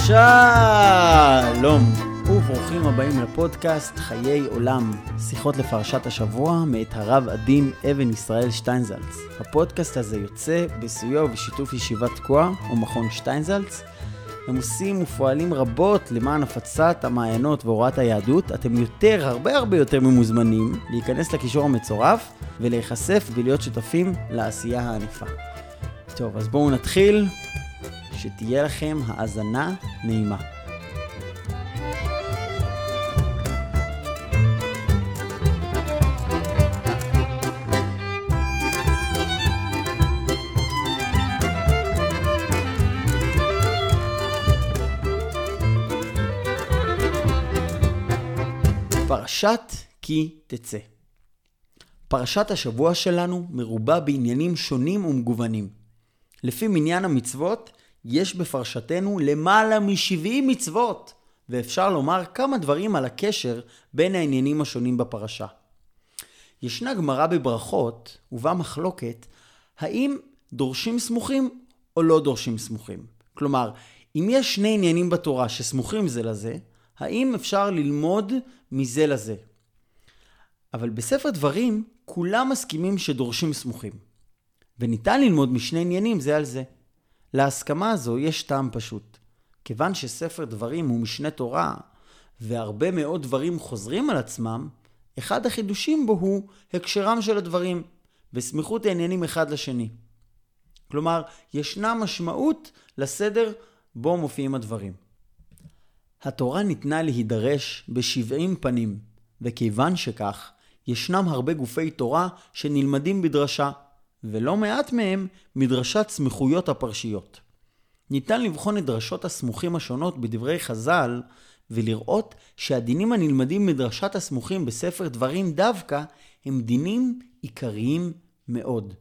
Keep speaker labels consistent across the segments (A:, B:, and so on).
A: שלום וברוכים הבאים לפודקאסט חיי עולם, שיחות לפרשת השבוע מאת הרב עדין אבן ישראל שטיינזלץ. הפודקאסט הזה יוצא בסיוע ובשיתוף ישיבת תקוע ומכון שטיינזלץ. הם עושים ופועלים רבות למען הפצת המעיינות והוראת היהדות. אתם הרבה יותר ממוזמנים להיכנס לקישור המצורף ולהיחשף ולהיות שותפים לעשייה הענפה. טוב, אז בואו נתחיל. שתהיה לכם האזנה נעימה. פרשת כי תצא. פרשת השבוע שלנו מרובה בעניינים שונים ומגוונים. לפי מניין המצוות, יש בפרשתנו למעלה מ-70 מצוות, ואפשר לומר כמה דברים על הקשר בין העניינים השונים בפרשה. ישנה גמרא בברכות, ובה מחלוקת, האם דורשים סמוכים או לא דורשים סמוכים. כלומר, אם יש שני עניינים בתורה שסמוכים זה לזה, האם אפשר ללמוד מזה לזה? אבל בספר דברים, כולם מסכימים שדורשים סמוכים. וניתן ללמוד משני עניינים זה על זה. להסכמה הזו יש טעם פשוט. כיוון שספר דברים הוא משנה תורה, והרבה מאוד דברים חוזרים על עצמם, אחד החידושים בו הוא הקשרם של הדברים, וסמיכות העניינים אחד לשני. כלומר, ישנה משמעות לסדר בו מופיעים הדברים. התורה ניתנה להידרש ב70 פנים, וכיוון שכך, ישנם הרבה גופי תורה שנלמדים בדרשה, ולא מעט מהם מדרשת סמיכויות הפרשיות. ניתן לבחון את דרשות הסמוכים השונות בדברי חז"ל, ולראות שהדינים הנלמדים מדרשת הסמוכים בספר דברים דווקא, הם דינים עיקריים מאוד.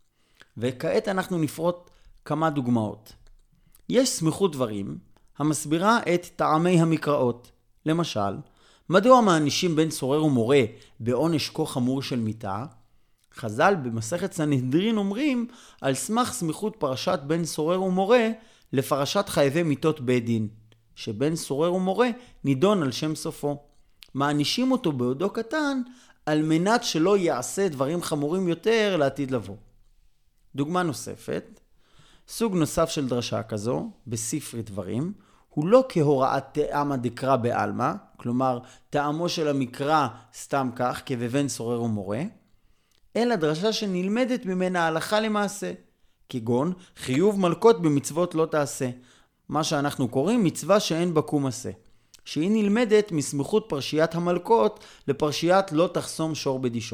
A: וכעת אנחנו נפרוט כמה דוגמאות. יש סמיכות דברים המסבירה את טעמי המקראות. למשל, מדוע מענישים בן סורר ומורה בעונש כה חמור של מיתה? חז"ל במסכת סנהדרין אומרים על סמך סמיכות פרשת בן סורר ומורה לפרשת חייבי מיתות בית דין, שבן סורר ומורה נידון על שם סופו. מענישים אותו בעודו קטן על מנת שלא יעשה דברים חמורים יותר לעתיד לבוא. דוגמה נוספת, סוג נוסף של דרשה כזו בספרי דברים, הוא לא כהוראת טעמה דקרא בעלמא, כלומר טעמו של המקרא סתם כך כבבן סורר ומורה, אלא דרשה שנלמדת ממנה הלכה למעשה, כגון חיוב מלכות במצוות לא תעשה, מה שאנחנו קוראים מצווה שאין בה קום עשה, שהיא נלמדת מסמיכות פרשיית המלכות לפרשיית לא תחסום שור בדישו.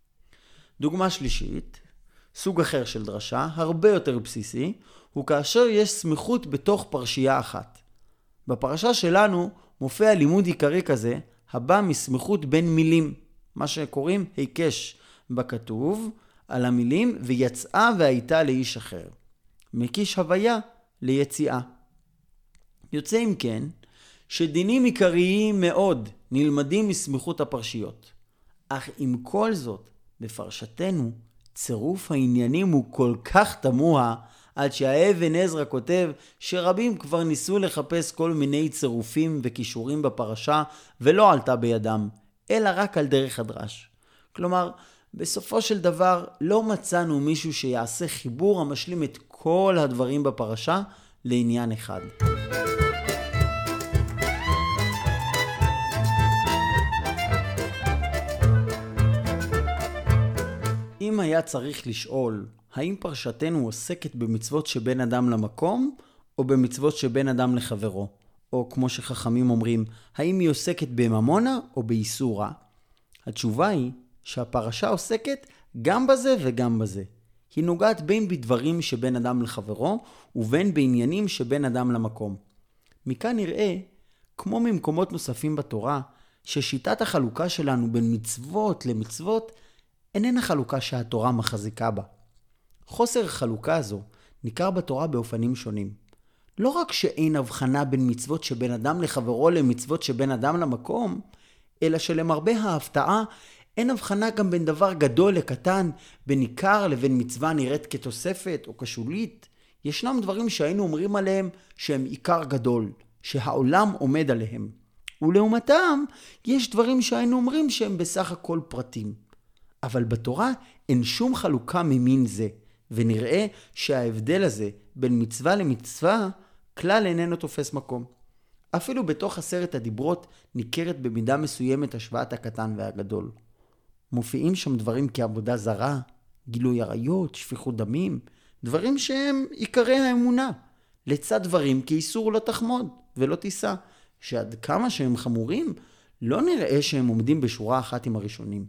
A: דוגמה שלישית, סוג אחר של דרשה, הרבה יותר בסיסי, הוא כאשר יש סמיכות בתוך פרשייה אחת. בפרשה שלנו מופיע לימוד עיקרי כזה, הבא מסמיכות בין מילים, מה שקוראים היקש, בכתוב על המילים ויצאה והייתה לאיש אחר. מקיש הוויה ליציאה. יוצא אם כן שדינים עיקריים מאוד נלמדים מסמיכות הפרשיות. אך עם כל זאת בפרשתנו צירוף העניינים הוא כל כך תמוה עד שהאבן עזרא כותב שרבים כבר ניסו לחפש כל מיני צירופים וקישורים בפרשה ולא עלתה בידם אלא רק על דרך הדרש. כלומר בסופו של דבר לא מצאנו מישהו שיעשה חיבור המשלים את כל הדברים בפרשה לעניין אחד. אם היה צריך לשאול האם פרשתנו עוסקת במצוות שבין אדם למקום או במצוות שבין אדם לחברו, או כמו שחכמים אומרים, האם היא עוסקת בממונה או באיסורה, התשובה היא שהפרשה עוסקת גם בזה וגם בזה. היא נוגעת בין בדברים שבין אדם לחברו ובין בעניינים שבין אדם למקום. מכאן נראה, כמו ממקומות נוספים בתורה, ששיטת החלוקה שלנו בין מצוות למצוות איננה חלוקה שהתורה מחזיקה בה. חוסר החלוקה הזו ניכר בתורה באופנים שונים. לא רק שאין הבחנה בין מצוות שבין אדם לחברו למצוות שבין אדם למקום, אלא שלמרבה ההפתעה אין הבחנה גם בין דבר גדול לקטן, בין עיקר לבין מצווה נראית כתוספת או כשולית. ישנם דברים שהיינו אומרים עליהם שהם עיקר גדול, שהעולם עומד עליהם. ולעומתם, יש דברים שהיינו אומרים שהם בסך הכל פרטים. אבל בתורה אין שום חלוקה ממין זה, ונראה שההבדל הזה בין מצווה למצווה כלל איננו תופס מקום. אפילו בתוך 10 הדיברות ניכרת במידה מסוימת השוואת הקטן והגדול. מופיעים שם דברים כעבודה זרה, גילוי עריות, שפיכות דמים, דברים שהם עיקרי האמונה, לצד דברים כאיסור לא תחמוד ולא תישא, שעד כמה שהם חמורים, לא נראה שהם עומדים בשורה אחת עם הראשונים.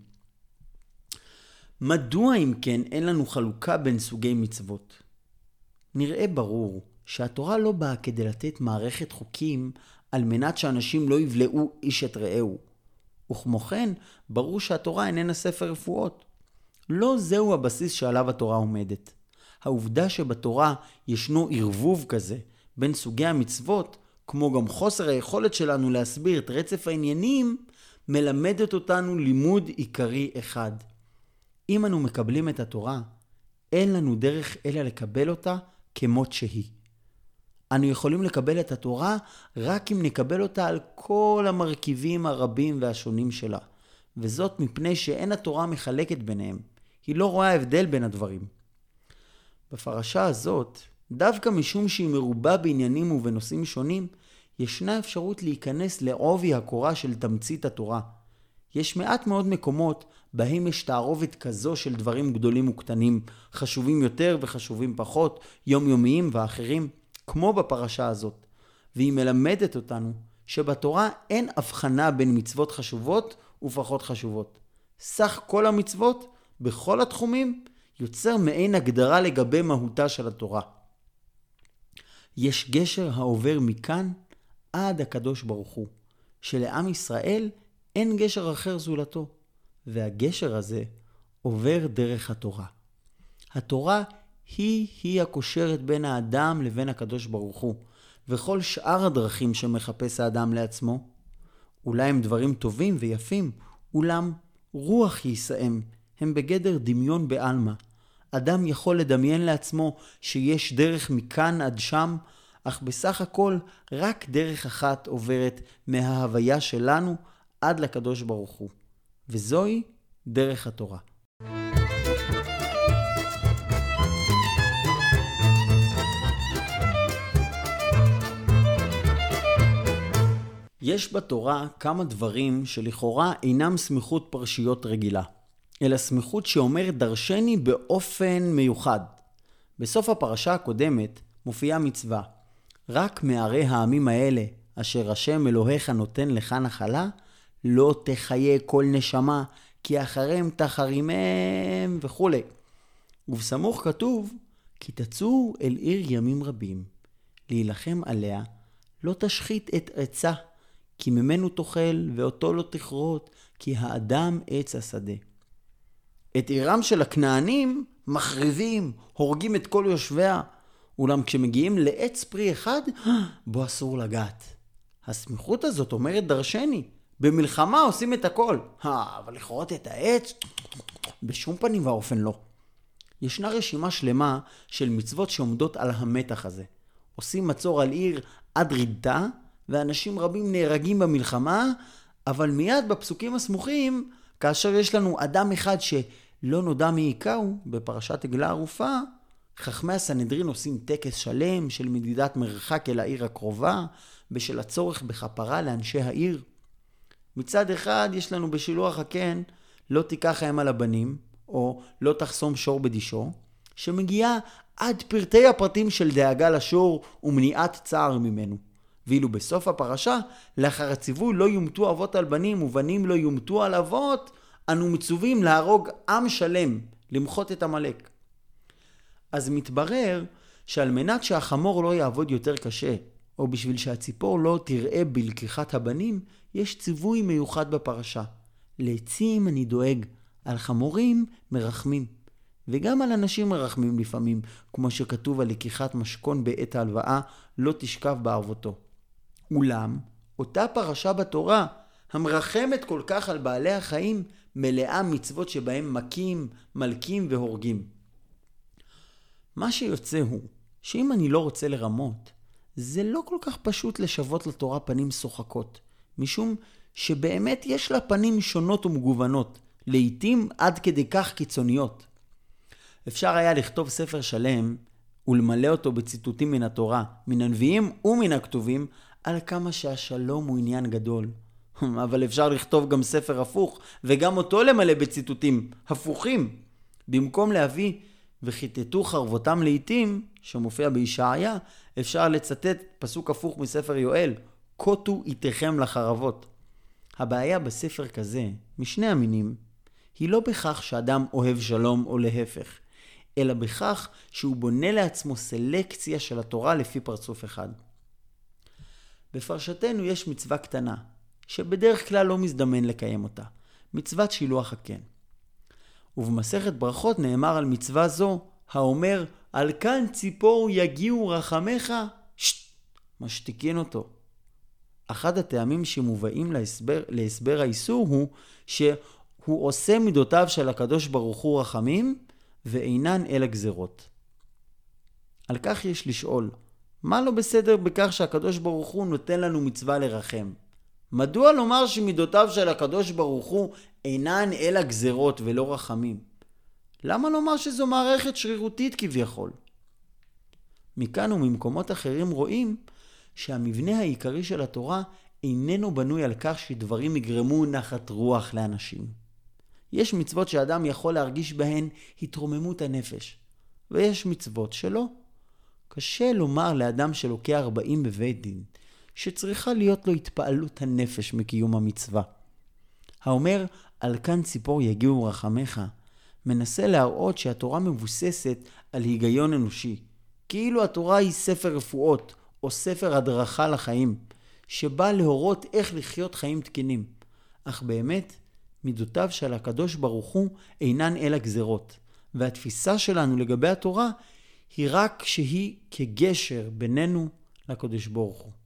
A: מדוע אם כן אין לנו חלוקה בין סוגי מצוות? נראה ברור שהתורה לא באה כדי לתת מערכת חוקים על מנת שאנשים לא יבלעו איש את רעהו. וכמו כן, ברור שהתורה איננה ספר רפואות. לא זהו הבסיס שעליו התורה עומדת. העובדה שבתורה ישנו ערבוב כזה בין סוגי המצוות, כמו גם חוסר היכולת שלנו להסביר את רצף העניינים, מלמדת אותנו לימוד עיקרי אחד. אם אנו מקבלים את התורה, אין לנו דרך אלא לקבל אותה כמות שהיא. אנו יכולים לקבל את התורה רק אם נקבל אותה על כל המרכיבים הרבים והשונים שלה, וזאת מפני שאין התורה מחלקת ביניהם. היא לא רואה הבדל בין הדברים. בפרשה הזאת, דווקא משום שהיא מרובה בעניינים ובנושאים שונים, ישנה אפשרות להיכנס לעובי הקורה של תמצית התורה. יש מעט מאוד מקומות בהם יש תערובת כזו של דברים גדולים וקטנים, חשובים יותר וחשובים פחות, יומיומיים ואחרים, כמו בפרשה הזאת. והיא מלמדת אותנו שבתורה אין הבחנה בין מצוות חשובות ופחות חשובות. סך כל המצוות, בכל התחומים, יוצר מעין הגדרה לגבי מהותה של התורה. יש גשר העובר מכאן עד הקדוש ברוך הוא, שלעם ישראל אין גשר אחר זולתו, והגשר הזה עובר דרך התורה. התורה היא הקושרת בין האדם לבין הקדוש ברוך הוא, וכל שאר הדרכים שמחפש האדם לעצמו, אולי הם דברים טובים ויפים, אולם רוח יישאם, הם בגדר דמיון בעלמא. אדם יכול לדמיין לעצמו שיש דרך מכאן עד שם, אך בסך הכל רק דרך אחת עוברת מההוויה שלנו עד לקדוש ברוך הוא, וזוהי דרך התורה. יש בתורה כמה דברים שלכאורה אינם סמיכות פרשיות רגילה, אלא סמיכות שאומרת דרשני באופן מיוחד. בסוף הפרשה הקודמת מופיעה מצווה, רק מערי העמים האלה אשר השם אלוהיך נותן לך נחלה, לא תחיה כל נשמה, כי אחריהם תחרימם וכו'. ובסמוך כתוב, כי תצאו אל עיר ימים רבים, להילחם עליה, לא תשחית את עצה, כי ממנו תאכל ואותו לא תכרות, כי האדם עץ השדה. את עירם של הכנענים מחריבים, הורגים את כל יושביה, אולם כשמגיעים לעץ פרי אחד, בו אסור לגעת. הסמיכות הזאת אומרת דרשני, במלחמה עושים את הכל, אבל לכרות את העץ, בשום פנים ואופן לא. ישנה רשימה שלמה של מצוות שעומדות על המתח הזה. עושים מצור על עיר עד רידה, ואנשים רבים נהרגים במלחמה, אבל מיד בפסוקים הסמוכים, כאשר יש לנו אדם אחד שלא נודע מי יכהו, בפרשת עגלה ערופה, חכמי הסנהדרין עושים טקס שלם של מדידת מרחק אל העיר הקרובה, בשל הצורך בכפרה לאנשי העיר. מצד אחד יש לנו בשילוח הקן, לא תיקח האם על הבנים, או לא תחסום שור בדישו, שמגיעה עד פרטי הפרטים של דאגה לשור ומניעת צער ממנו. ואילו בסוף הפרשה, לאחר הציווי לא יומתו אבות על בנים ובנים לא יומתו על אבות, אנו מצווים להרוג עם שלם, למחות את עמלק. אז מתברר שעל מנת שהחמור לא יעבוד יותר קשה, או בשביל שהציפור לא תראה בלקיחת הבנים, יש ציווי מיוחד בפרשה. לעצים אני דואג, על חמורים מרחמים. וגם על אנשים מרחמים לפעמים, כמו שכתוב על לקיחת משכון בעת ההלוואה, לא תשכב בערבותו. אולם, אותה פרשה בתורה, המרחמת כל כך על בעלי החיים, מלאה מצוות שבהם מכים, מלקים והורגים. מה שיוצא הוא, שאם אני לא רוצה לרמות, זה לא כל כך פשוט לשוות לתורה פנים שוחקות, משום שבאמת יש לה פנים שונות ומגוונות, לעתים עד כדי כך קיצוניות. אפשר היה לכתוב ספר שלם ולמלא אותו בציטוטים מן התורה, מן הנביאים ומן הכתובים, על כמה שהשלום הוא עניין גדול. אבל אפשר לכתוב גם ספר הפוך, וגם אותו למלא בציטוטים הפוכים. במקום להביא וכיתתו חרבותם לעתים, שמופיע בישעיה, אפשר לצטט פסוק הפוך מספר יואל, כותו איתכם לחרבות. הבעיה בספר כזה, משני המינים, היא לא בכך שאדם אוהב שלום או להפך, אלא בכך שהוא בונה לעצמו סלקציה של התורה לפי פרצוף אחד. בפרשתנו יש מצווה קטנה, שבדרך כלל לא מזדמן לקיים אותה, מצוות שילוח הקן. ובמסכת ברכות נאמר על מצווה זו, האומר, על כאן ציפור יגיעו רחמך, משתיקין אותו. אחד הטעמים שמובאים להסבר האיסור הוא, שהוא עושה מידותיו של הקדוש ברוך הוא רחמים, ואינן אלא גזרות. על כך יש לשאול, מה לא בסדר בכך שהקדוש ברוך הוא נותן לנו מצווה לרחם? מדוע לומר שמידותיו של הקדוש ברוך הוא אינן אלא גזרות ולא רחמים? למה לומר שזו מערכת שרירותית כביכול? מכאן וממקומות אחרים רואים שהמבנה העיקרי של התורה איננו בנוי על כך שדברים יגרמו נחת רוח לאנשים. יש מצוות שאדם יכול להרגיש בהן התרוממות הנפש, ויש מצוות שלא. קשה לומר לאדם שלוקח 40 בבית דין, שצריכה להיות לו התפעלות הנפש מקיום המצווה. האומר, על כאן ציפור יגיעו רחמך, מנסה להראות שהתורה מבוססת על היגיון אנושי, כאילו התורה היא ספר רפואות או ספר הדרכה לחיים, שבא להורות איך לחיות חיים תקינים. אך באמת, מידותיו של הקדוש ברוך הוא אינן אלא גזרות, והתפיסה שלנו לגבי התורה היא רק שהיא כגשר בינינו לקדוש ברוך הוא.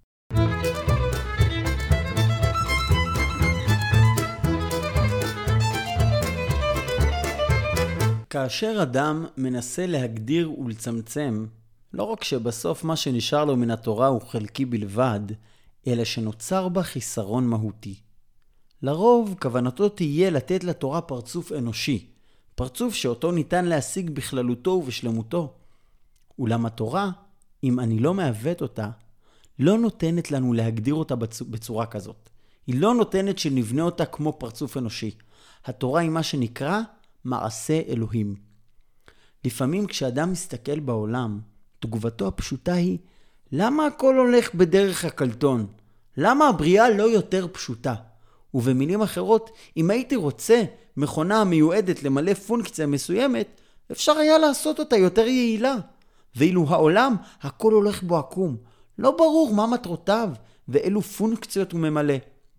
A: כאשר אדם מנסה להגדיר ולצמצם, לא רק שבסוף מה שנשאר לו מן התורה הוא חלקי בלבד, אלא שנוצר בה חיסרון מהותי. לרוב כוונתו תהיה לתת לתורה פרצוף אנושי, פרצוף שאותו ניתן להשיג בכללותו ובשלמותו. אולם התורה, אם אני לא מעוות אותה, לא נותנת לנו להגדיר אותה בצורה כזאת. היא לא נותנת שנבנה אותה כמו פרצוף אנושי. התורה היא מה שנקרא מעשה אלוהים. לפעמים כשאדם מסתכל בעולם, תגובתו הפשוטה היא, למה הכל הולך בדרך הקלטון? למה הבריאה לא יותר פשוטה? ובמילים אחרות, אם הייתי רוצה מכונה המיועדת למלא פונקציה מסוימת, אפשר היה לעשות אותה יותר יעילה. ואילו העולם, הכל הולך בו עקום. לא ברור מה מטרותיו ואילו פונקציות הוא ממלא.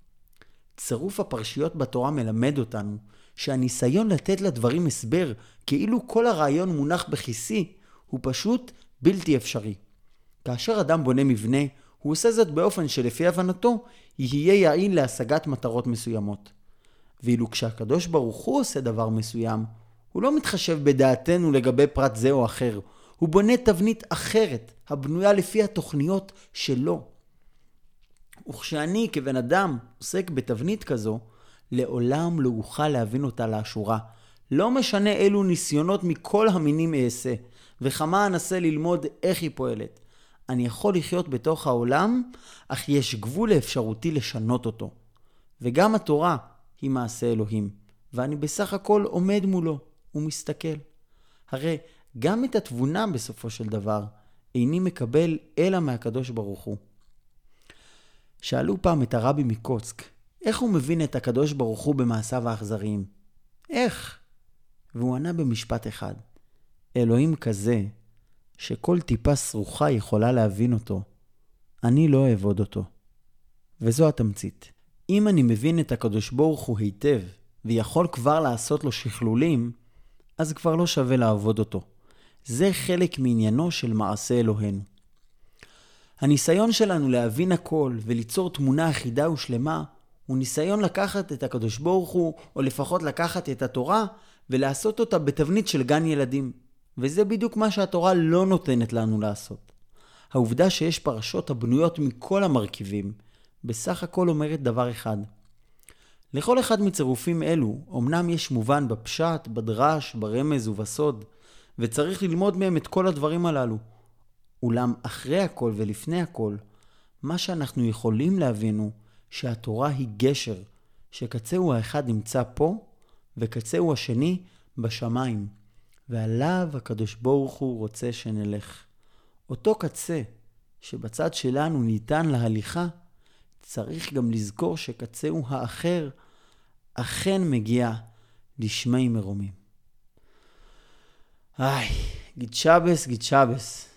A: צירוף הפרשיות בתורה מלמד אותנו שהניסיון לתת לדברים הסבר כאילו כל הרעיון מונח בכיסי הוא פשוט בלתי אפשרי. כאשר אדם בונה מבנה, הוא עושה זאת באופן שלפי הבנתו יהיה יעיל להשגת מטרות מסוימות. ואילו כשהקדוש ברוך הוא עושה דבר מסוים, הוא לא מתחשב בדעתנו לגבי פרט זה או אחר. הוא בונה תבנית אחרת, הבנויה לפי התוכניות שלו. וכשאני כבן אדם עוסק בתבנית כזו, לעולם לא אוכל להבין אותה לאשורה. לא משנה אילו ניסיונות מכל המינים אעשה, וכמה אנסה ללמוד איך היא פועלת. אני יכול לחיות בתוך העולם, אך יש גבול לאפשרותי לשנות אותו. וגם התורה היא מעשה אלוהים, ואני בסך הכל עומד מולו ומסתכל. הרי גם את התבונה בסופו של דבר איני מקבל אלא מהקדוש ברוך הוא. שאלו פעם את הרבי מקוצק, איך הוא מבין את הקדוש ברוך הוא במעשיו האכזריים? איך? והוא ענה במשפט אחד, אלוהים כזה שכל טיפה סרוחה יכולה להבין אותו, אני לא אעבוד אותו. וזו התמצית. אם אני מבין את הקדוש ברוך הוא היטב ויכול כבר לעשות לו שכלולים, אז כבר לא שווה לעבוד אותו. זה חלק מעניינו של מעשה אלוהינו. הניסיון שלנו להבין הכל וליצור תמונה אחידה ושלמה, הוא ניסיון לקחת את הקדוש ברוך הוא, או לפחות לקחת את התורה, ולעשות אותה בתבנית של גן ילדים. וזה בדיוק מה שהתורה לא נותנת לנו לעשות. העובדה שיש פרשות הבנויות מכל המרכיבים, בסך הכל אומרת דבר אחד. לכל אחד מצירופים אלו, אמנם יש מובן בפשט, בדרש, ברמז ובסוד, וצריך ללמוד מהם את כל הדברים הללו. אולם אחרי הכל ולפני הכל, מה שאנחנו יכולים להבין הוא שהתורה היא גשר, שקצהו האחד נמצא פה, וקצהו השני בשמיים, ועליו הקדוש ברוך הוא רוצה שנלך. אותו קצה שבצד שלנו ניתן להליכה, צריך גם לזכור שקצהו האחר אכן מגיע לשמי מרומים. גיד שבס, גיד שבס.